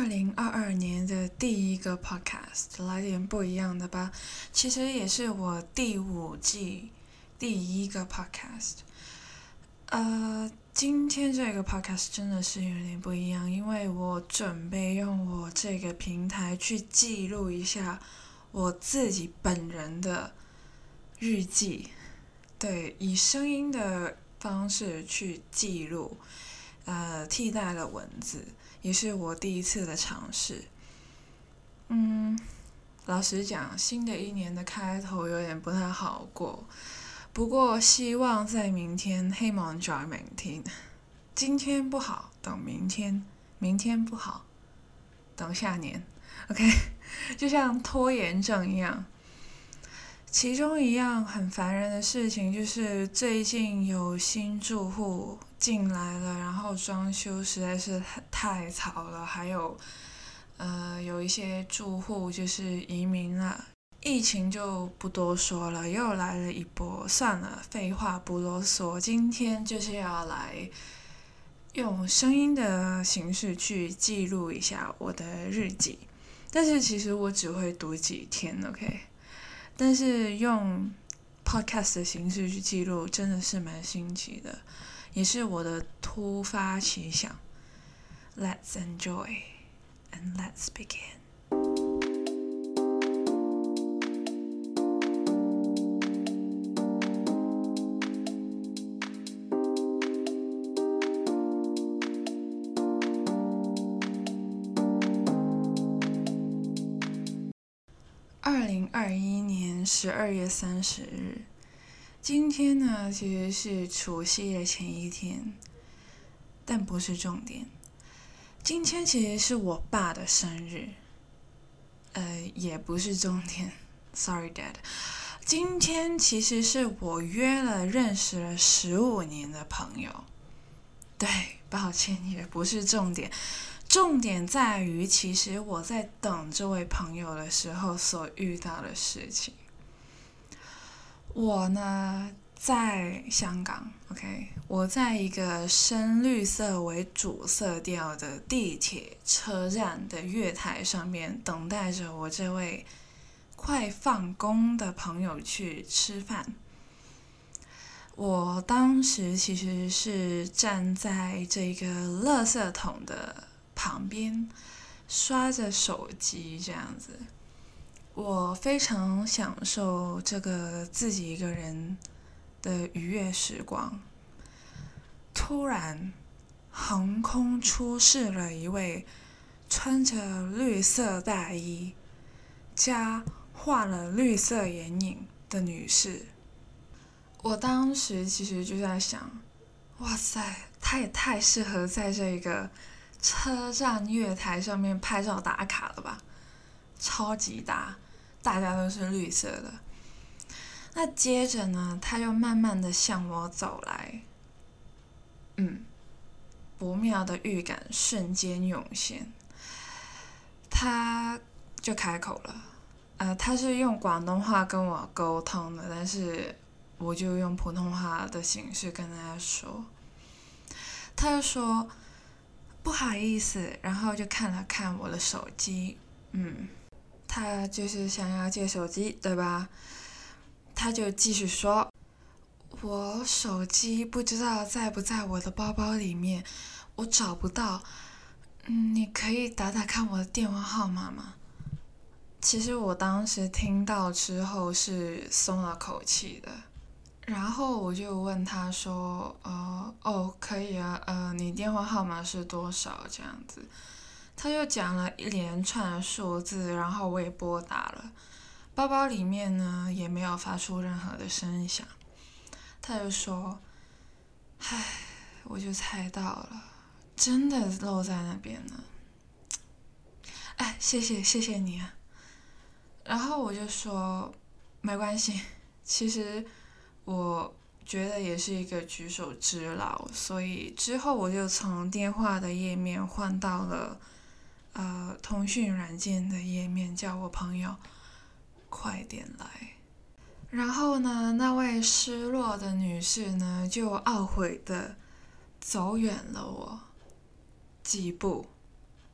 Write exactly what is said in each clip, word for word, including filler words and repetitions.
二零二二年的第一个 podcast， 来点不一样的吧。其实也是我第五季第一个 podcast。呃，今天这个 podcast 真的是有点不一样，因为我准备用我这个平台去记录一下我自己本人的日记，对，以声音的方式去记录，呃，替代了文字。也是我第一次的尝试。嗯，老实讲，新的一年的开头有点不太好过，不过希望在明天，希望在明天，今天不好，等明天，明天不好，等下年。OK， 就像拖延症一样。其中一样很烦人的事情就是最近有新住户进来了，然后装修实在是太吵了，还有呃有一些住户就是移民了，疫情就不多说了，又来了一波，算了，废话不啰嗦，今天就是要来用声音的形式去记录一下我的日记，但是其实我只会读几天 ，OK。但是用 podcast 的形式去记录真的是蛮新奇的，也是我的突发奇想。Let's enjoy and let's begin. 二零二一年十二月三十日，今天呢其实是除夕的前一天，但不是重点。今天其实是我爸的生日，呃，也不是重点。Sorry, Dad。今天其实是我约了认识了十五年的朋友，对，抱歉，也不是重点。重点在于，其实我在等这位朋友的时候所遇到的事情。我呢，在香港 ，OK， 我在一个深绿色为主色调的地铁车站的月台上面，等待着我这位快放工的朋友去吃饭。我当时其实是站在这个垃圾桶的旁边刷着手机这样子，我非常享受这个自己一个人的愉悦时光。突然，横空出世了一位穿着绿色大衣加画了绿色眼影的女士。我当时其实就在想，哇塞，她也太适合在这个车站月台上面拍照打卡了吧，超级搭，大家都是绿色的。那接着呢，他就慢慢的向我走来，嗯，不妙的预感瞬间涌现。他就开口了，呃，他是用广东话跟我沟通的，但是我就用普通话的形式跟他说。他就说不好意思，然后就看了看我的手机，嗯，他就是想要借手机，对吧？他就继续说，我手机不知道在不在我的包包里面，我找不到，嗯，你可以打打看我的电话号码吗？其实我当时听到之后是松了口气的。然后我就问他说，呃，哦，可以啊，呃，你电话号码是多少？这样子，他就讲了一连串的数字，然后我也拨打了，包包里面呢也没有发出任何的声响。他就说，唉，我就猜到了，真的漏在那边了。哎，谢谢谢谢你啊。然后我就说，没关系，其实我觉得也是一个举手之劳，所以之后我就从电话的页面换到了呃通讯软件的页面，叫我朋友快点来。然后呢，那位失落的女士呢，就懊悔的走远了我几步，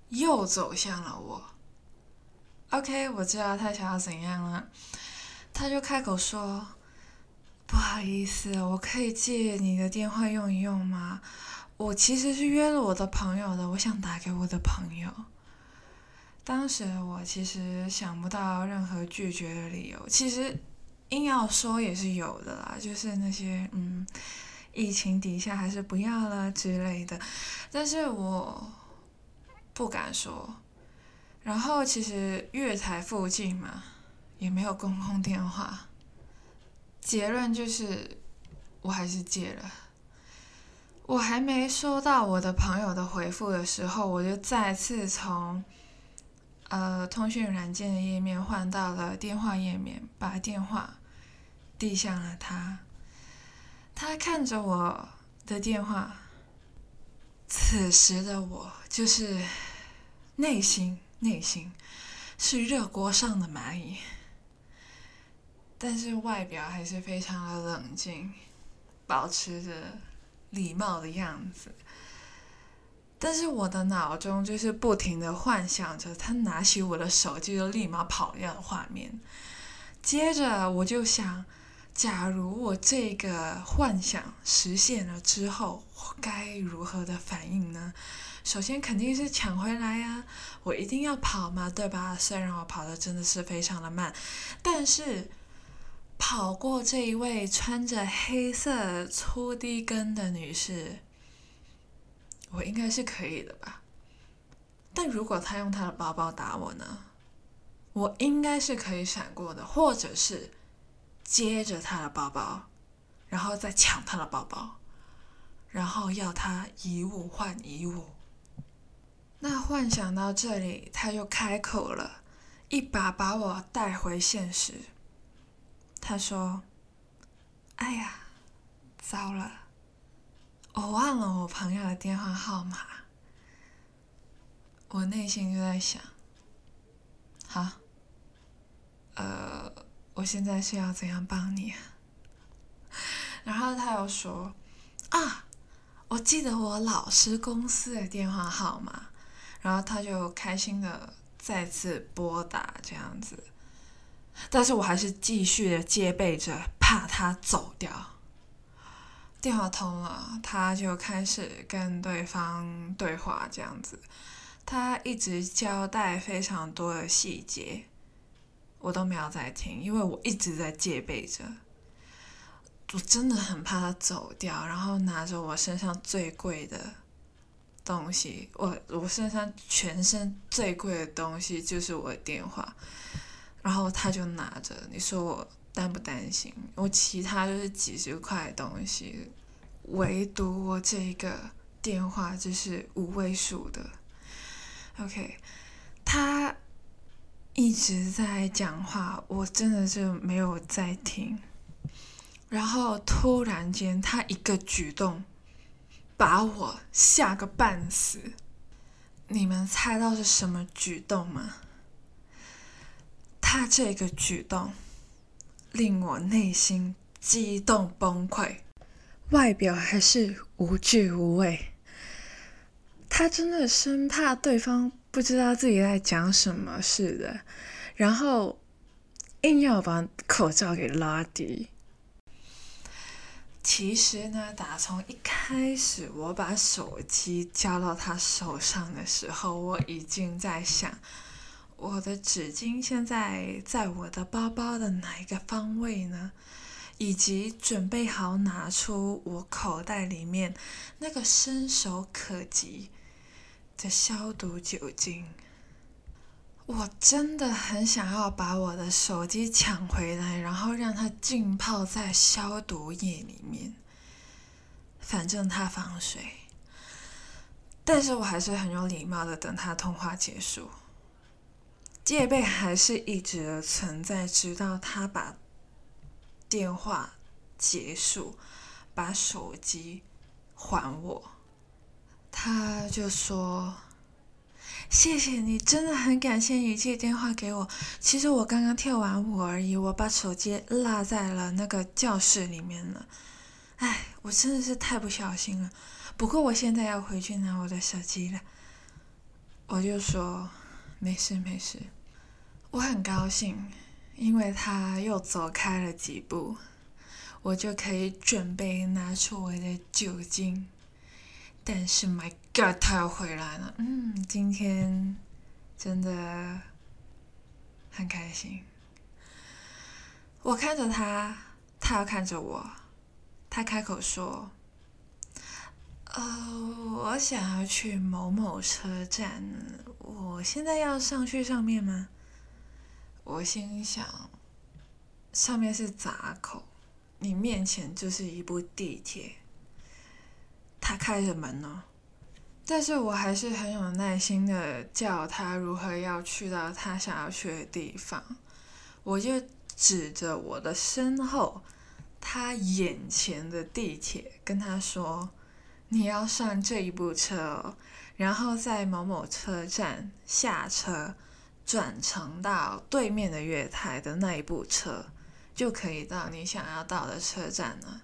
又走向了我。OK， 我知道他想要怎样了，他就开口说：“不好意思，我可以借你的电话用一用吗？我其实是约了我的朋友的，我想打给我的朋友。”当时我其实想不到任何拒绝的理由，其实硬要说也是有的啦，就是那些嗯，疫情底下还是不要了之类的，但是我不敢说。然后其实月台附近嘛，也没有公共电话，结论就是我还是借了。我还没收到我的朋友的回复的时候，我就再次从呃通讯软件的页面换到了电话页面，把电话递向了他。他看着我的电话，此时的我就是内心内心是热锅上的蚂蚁，但是外表还是非常的冷静，保持着礼貌的样子。但是我的脑中就是不停的幻想着他拿起我的手机就立马跑掉的画面。接着我就想，假如我这个幻想实现了之后，我该如何的反应呢？首先肯定是抢回来呀，我一定要跑嘛，对吧？虽然我跑的真的是非常的慢，但是跑过这一位穿着黑色粗低跟的女士，我应该是可以的吧。但如果她用她的包包打我呢？我应该是可以闪过的，或者是接着她的包包，然后再抢她的包包，然后要她以物换以物。那幻想到这里，他就开口了，一把把我带回现实。他说：“哎呀，糟了，我忘了我朋友的电话号码。”我内心就在想，好，呃，我现在是要怎样帮你啊？然后他又说：“啊，我记得我老师公司的电话号码。”然后他就开心的再次拨打这样子，但是我还是继续的戒备着，怕他走掉。电话通了，他就开始跟对方对话这样子，他一直交代非常多的细节，我都没有在听，因为我一直在戒备着。我真的很怕他走掉，然后拿着我身上最贵的东西，我我身上全身最贵的东西就是我的电话，然后他就拿着，你说我担不担心？我其他就是几十块的东西，唯独我这个电话就是五位数的。OK， 他一直在讲话，我真的是没有在听。然后突然间，他一个举动把我吓个半死。你们猜到是什么举动吗？他这个举动令我内心激动崩溃，外表还是无惧无畏。他真的生怕对方不知道自己在讲什么似的，然后硬要把口罩给拉低。其实呢，打从一开始我把手机交到他手上的时候，我已经在想，我的纸巾现在在我的包包的哪一个方位呢？以及准备好拿出我口袋里面那个伸手可及的消毒酒精。我真的很想要把我的手机抢回来，然后让它浸泡在消毒液里面，反正它防水。但是我还是很有礼貌的等他通话结束，戒备还是一直的存在，直到他把电话结束，把手机还我。他就说：“谢谢你，真的很感谢你借电话给我。其实我刚刚跳完舞而已，我把手机落在了那个教室里面了。哎，我真的是太不小心了。不过我现在要回去拿我的手机了。” 我就说没事没事，我很高兴，因为他又走开了几步，我就可以准备拿出我的酒精。但是 My God， 他又回来了。嗯，今天真的很开心。我看着他，他要看着我。他开口说：“呃，我想要去某某车站，我现在要上去上面吗？”我心想，上面是闸口，你面前就是一部地铁。他开着门呢，但是我还是很有耐心的教他如何要去到他想要去的地方。我就指着我的身后，他眼前的地铁，跟他说：“你要上这一部车哦，然后在某某车站下车，转乘到对面的月台的那一部车，就可以到你想要到的车站了。”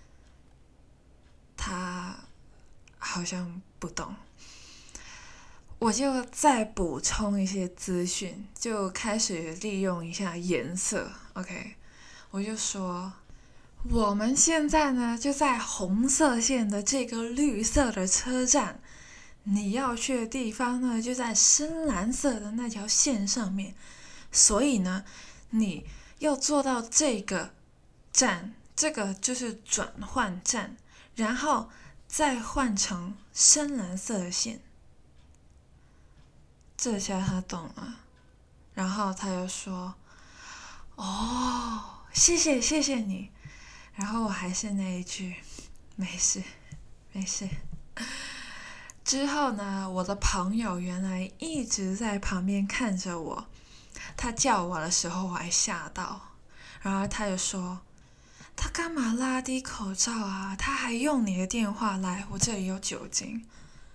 他好像不懂，我就再补充一些资讯，就开始利用一下颜色。OK， 我就说我们现在呢就在红色线的这个绿色的车站，你要去的地方呢就在深蓝色的那条线上面，所以呢你要坐到这个站，这个就是转换站，然后再换成深蓝色的线。这下他懂了，然后他又说：“哦，谢谢谢谢你。”然后我还是那一句：“没事没事。”之后呢，我的朋友原来一直在旁边看着我，他叫我的时候我还吓到，然后他就说：“他干嘛拉低口罩啊？他还用你的电话来，我这里有酒精。”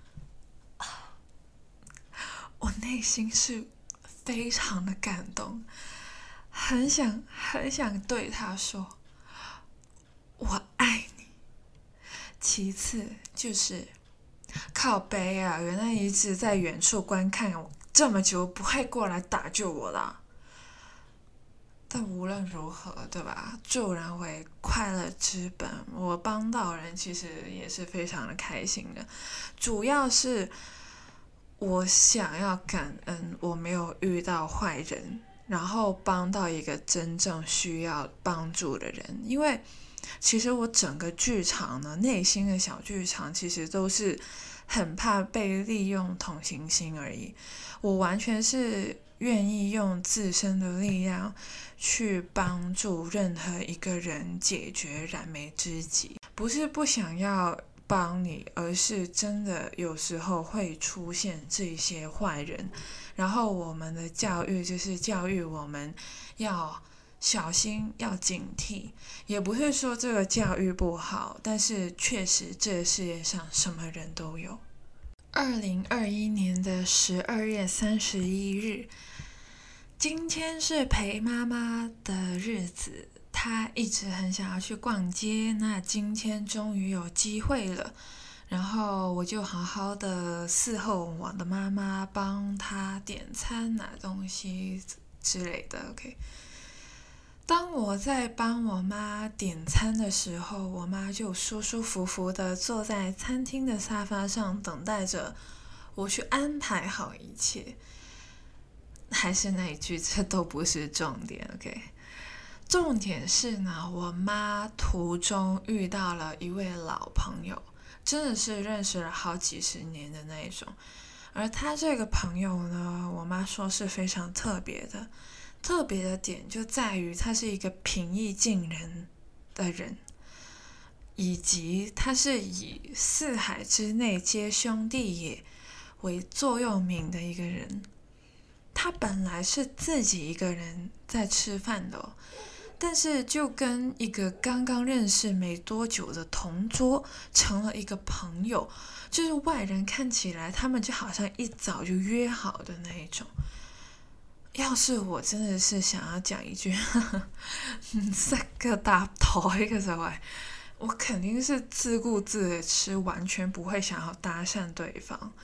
我内心是非常的感动，很想很想对他说：“我爱你。”其次就是靠北啊，原来一直在远处观看我这么久，不会过来打救我啦。但无论如何，对吧？助人为快乐之本，我帮到人其实也是非常的开心的。主要是我想要感恩，我没有遇到坏人，然后帮到一个真正需要帮助的人。因为其实我整个剧场呢，内心的小剧场其实都是很怕被利用同情心而已。我完全是愿意用自身的力量去帮助任何一个人解决燃眉之急，不是不想要帮你，而是真的有时候会出现这些坏人，然后我们的教育就是教育我们要小心，要警惕，也不是说这个教育不好，但是确实这个世界上什么人都有。二零二一年的十二月三十一日，今天是陪妈妈的日子，她一直很想要去逛街，那今天终于有机会了，然后我就好好的伺候我的妈妈，帮她点餐拿东西之类的。 OK， 当我在帮我妈点餐的时候，我妈就舒舒服服的坐在餐厅的沙发上，等待着我去安排好一切。还是那一句，这都不是重点。 OK， 重点是呢，我妈途中遇到了一位老朋友，真的是认识了好几十年的那一种。而他这个朋友呢，我妈说是非常特别的，特别的点就在于他是一个平易近人的人，以及他是以四海之内皆兄弟也为座右铭的一个人。他本来是自己一个人在吃饭的哦，但是就跟一个刚刚认识没多久的同桌成了一个朋友，就是外人看起来他们就好像一早就约好的那一种。要是我真的是想要讲一句塞個搭台嘅時候，我肯定是自顧自的吃，完全不會想要搭訕對方。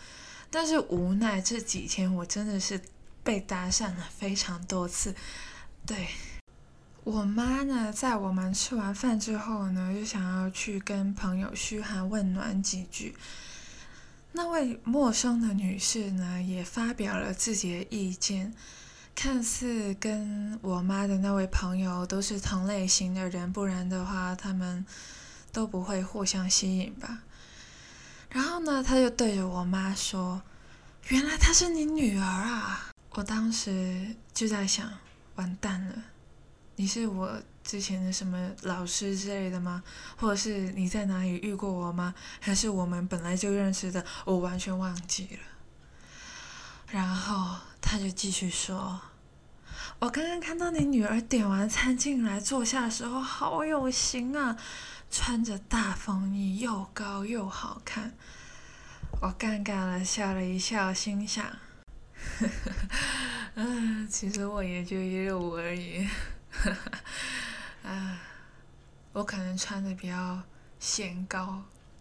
但是无奈这几天我真的是被搭讪了非常多次。对，我妈呢，在我们吃完饭之后呢，就想要去跟朋友嘘寒问暖几句。那位陌生的女士呢，也发表了自己的意见，看似跟我妈的那位朋友都是同类型的人，不然的话他们都不会互相吸引吧。然后呢，他就对着我妈说：“原来她是你女儿啊！”我当时就在想，完蛋了，你是我之前的什么老师之类的吗？或者是你在哪里遇过我吗？还是我们本来就认识的？我完全忘记了。然后他就继续说：“我刚刚看到你女儿点完餐进来坐下的时候，好有型啊，穿着大风衣，又高又好看。”我尴尬的笑了一笑，心想：“呵呵呵，其实我也就一六五而已。”啊，我可能穿的比较显高，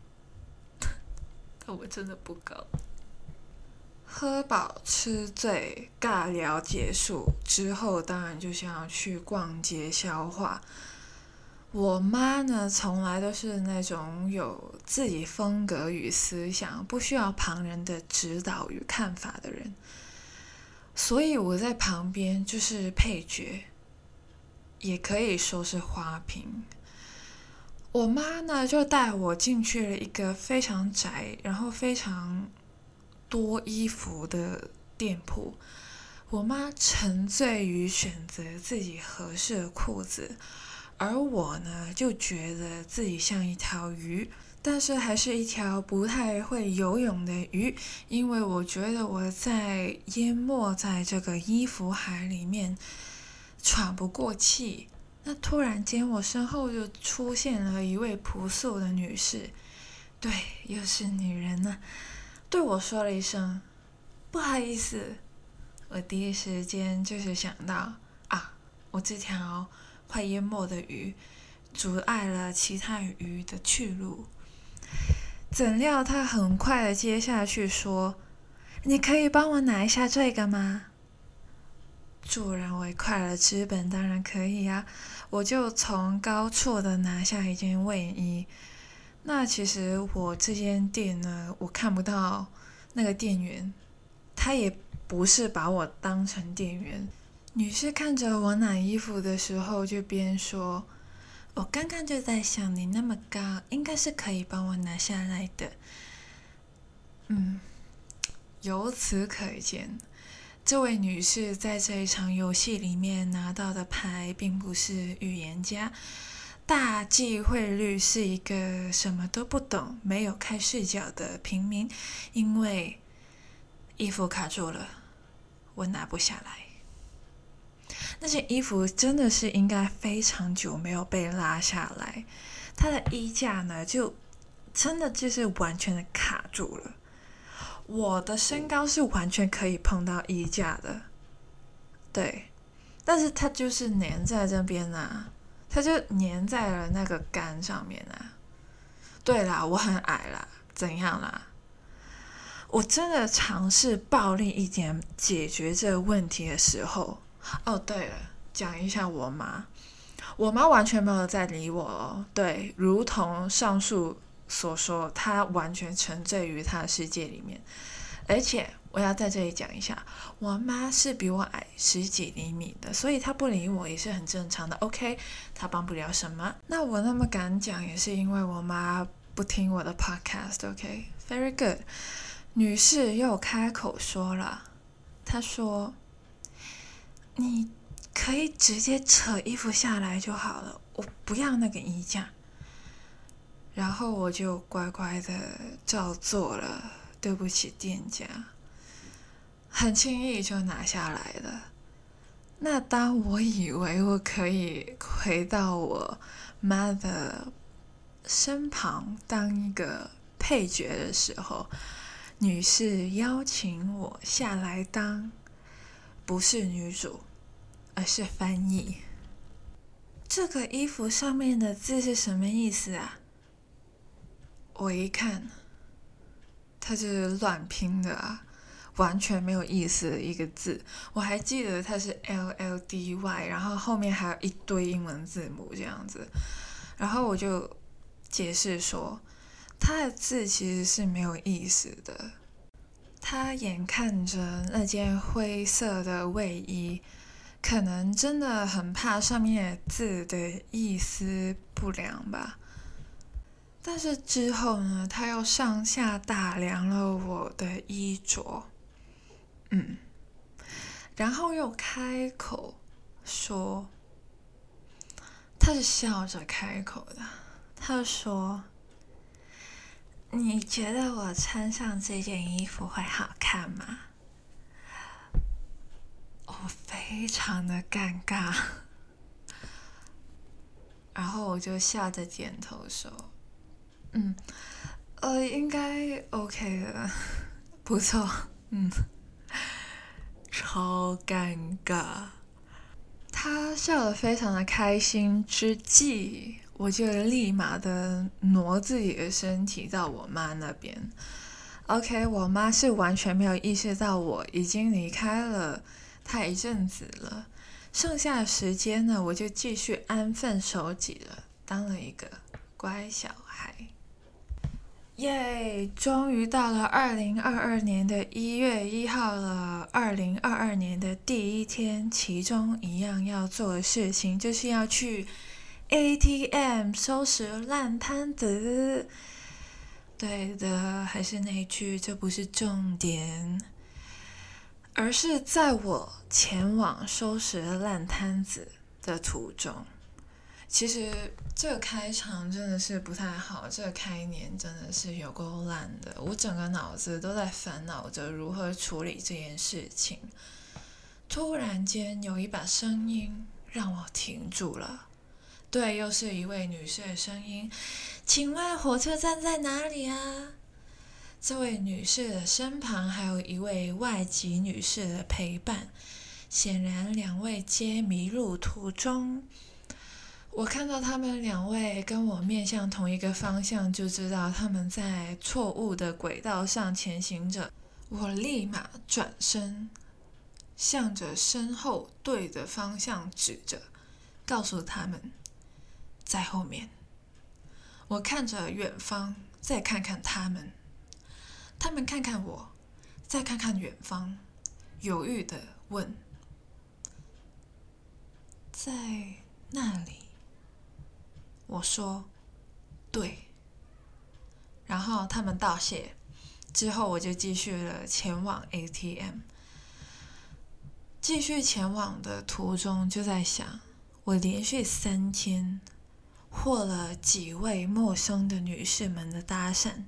但我真的不高。喝饱吃醉，尬聊结束之后，当然就想要去逛街消化。我妈呢，从来都是那种有自己风格与思想，不需要旁人的指导与看法的人，所以我在旁边就是配角，也可以说是花瓶。我妈呢，就带我进去了一个非常窄，然后非常多衣服的店铺。我妈沉醉于选择自己合适的裤子，而我呢，就觉得自己像一条鱼，但是还是一条不太会游泳的鱼，因为我觉得我在淹没在这个衣服海里面，喘不过气。那突然间，我身后就出现了一位朴素的女士，对，又是女人呢，对我说了一声不好意思。我第一时间就是想到啊，我这条快淹没的鱼阻碍了其他鱼的去路。怎料他很快的接下去说：“你可以帮我拿一下这个吗？”助人为快乐之本，当然可以啊！我就从高处的拿下一件卫衣。那其实我这间店呢，我看不到那个店员，他也不是把我当成店员。女士看着我拿衣服的时候，就边说：“我刚刚就在想，你那么高，应该是可以帮我拿下来的。”嗯，由此可见，这位女士在这一场游戏里面拿到的牌并不是预言家，大忌汇率是一个什么都不懂、没有开视角的平民，因为衣服卡住了，我拿不下来。那件衣服真的是应该非常久没有被拉下来，它的衣架呢，就真的就是完全的卡住了。我的身高是完全可以碰到衣架的，对，但是它就是粘在这边啊，它就粘在了那个杆上面啊。对啦，我很矮啦，怎样啦？我真的尝试暴力一点解决这个问题的时候，哦，对了，讲一下我妈，我妈完全没有在理我哦。对，如同上述所说，她完全沉醉于她的世界里面。而且我要在这里讲一下，我妈是比我矮十几厘米的，所以她不理我也是很正常的。OK， 她帮不了什么。那我那么敢讲，也是因为我妈不听我的 podcast。OK，very good。女士又开口说了，她说：“你可以直接扯衣服下来就好了，我不要那个衣架。”然后我就乖乖的照做了，对不起店家，很轻易就拿下来了。那当我以为我可以回到我妈的身旁当一个配角的时候，女士邀请我下来当不是女主，而是翻译。这个衣服上面的字是什么意思啊？我一看， 它是乱拼的啊，完全没有意思的一个字。我还记得它是 L L D Y， 然后后面还有一堆英文字母这样子。然后我就解释说，它的字其实是没有意思的。他眼看着那件灰色的卫衣，可能真的很怕上面字的意思不良吧。但是之后呢，他又上下打量了我的衣着，嗯，然后又开口说，他是笑着开口的，他说：“你觉得我穿上这件衣服会好看吗？”我非常的尴尬，然后我就笑着点头说：“嗯，呃，应该 OK 的，不错，嗯。”超尴尬。他笑得非常的开心之际，我就立马的挪自己的身体到我妈那边。OK， 我妈是完全没有意识到我已经离开了她一阵子了。剩下的时间呢，我就继续安分守己了，当了一个乖小孩。耶！终于到了二零二二年的一月一号了。二零二二年的第一天，其中一样要做的事情就是要去 A T M 收拾烂摊子。对的，还是那句，这不是重点，而是在我前往收拾烂摊子的途中。其实这个开场真的是不太好，这个开年真的是有够烂的，我整个脑子都在烦恼着如何处理这件事情。突然间有一把声音让我停住了，对，又是一位女士的声音：“请问火车站在哪里啊？”这位女士的身旁还有一位外籍女士的陪伴，显然两位皆迷路途中。我看到他们两位跟我面向同一个方向，就知道他们在错误的轨道上前行着。我立马转身，向着身后对的方向指着，告诉他们在后面。我看着远方，再看看他们，他们看看我，再看看远方，犹豫地问：“在那里？”我说：“对。”然后他们道谢，之后我就继续了前往 A T M。继续前往的途中，就在想，我连续三天获了几位陌生的女士们的搭讪，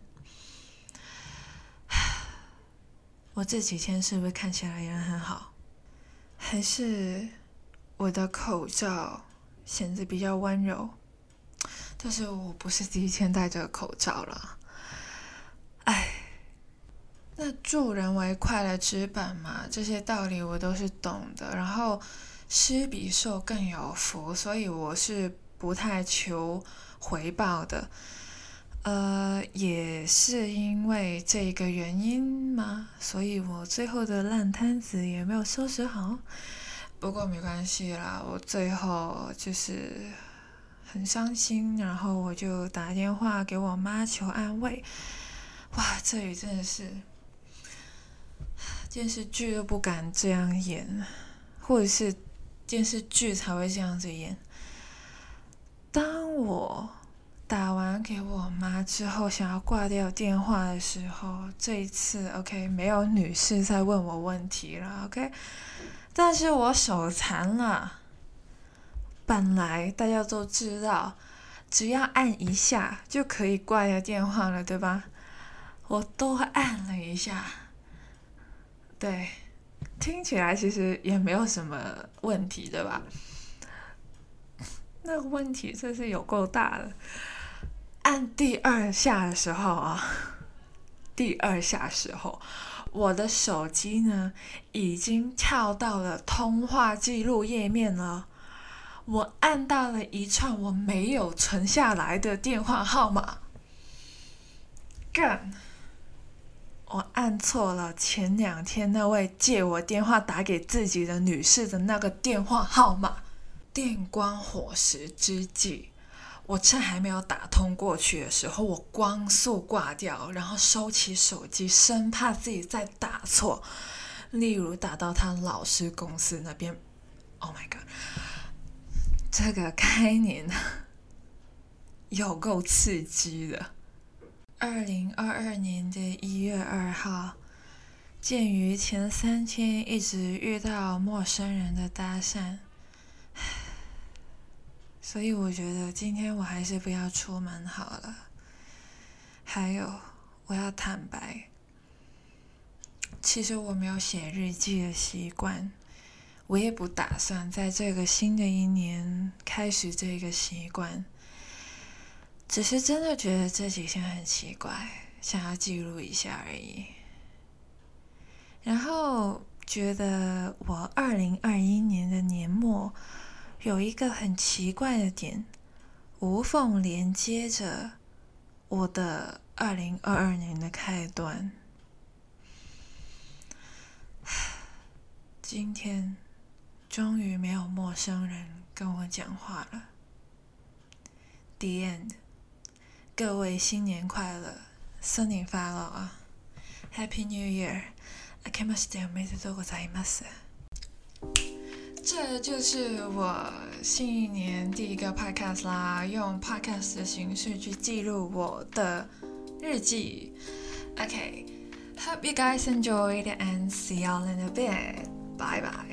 我这几天是不是看起来人很好？还是我的口罩显得比较温柔？但是我不是第一天戴着口罩了，哎，那助人为快乐之本嘛，这些道理我都是懂的。然后施比受更有福，所以我是不太求回报的。呃，也是因为这个原因嘛，所以我最后的烂摊子也没有收拾好。不过没关系啦，我最后就是很伤心，然后我就打电话给我妈求安慰。哇，这里真的是电视剧都不敢这样演，或者是电视剧才会这样子演。当我打完给我妈之后，想要挂掉电话的时候，这一次 OK 没有女士在问我问题了 OK， 但是我手残了。本来大家都知道，只要按一下就可以挂掉电话了，对吧？我多按了一下，对，听起来其实也没有什么问题，对吧？那个问题真是有够大的。按第二下的时候啊，第二下时候，我的手机呢已经跳到了通话记录页面了。我按到了一串我没有存下来的电话号码，干！ 我按错了前两天那位借我电话打给自己的女士的那个电话号码。电光火石之际，我趁还没有打通过去的时候，我光速挂掉，然后收起手机，生怕自己再打错，例如打到他老师公司那边。Oh my god， 这个概念有够刺激的。二零二二年的一月二号，鉴于前三天一直遇到陌生人的搭讪，所以我觉得今天我还是不要出门好了。还有，我要坦白，其实我没有写日记的习惯，我也不打算在这个新的一年开始这个习惯，只是真的觉得这几天很奇怪，想要记录一下而已。然后觉得我二零二一年的年末有一个很奇怪的点，无缝连接着我的二零二二年的开端。今天终于没有陌生人跟我讲话了。The end。各位新年快乐，新年快乐啊 ！Happy New Year！ 明けましておめでとうございます。这就是我新一年第一个 podcast 啦，用 podcast 的形式去记录我的日记。Okay, hope you guys enjoyed and see y'all in a bit. Bye bye.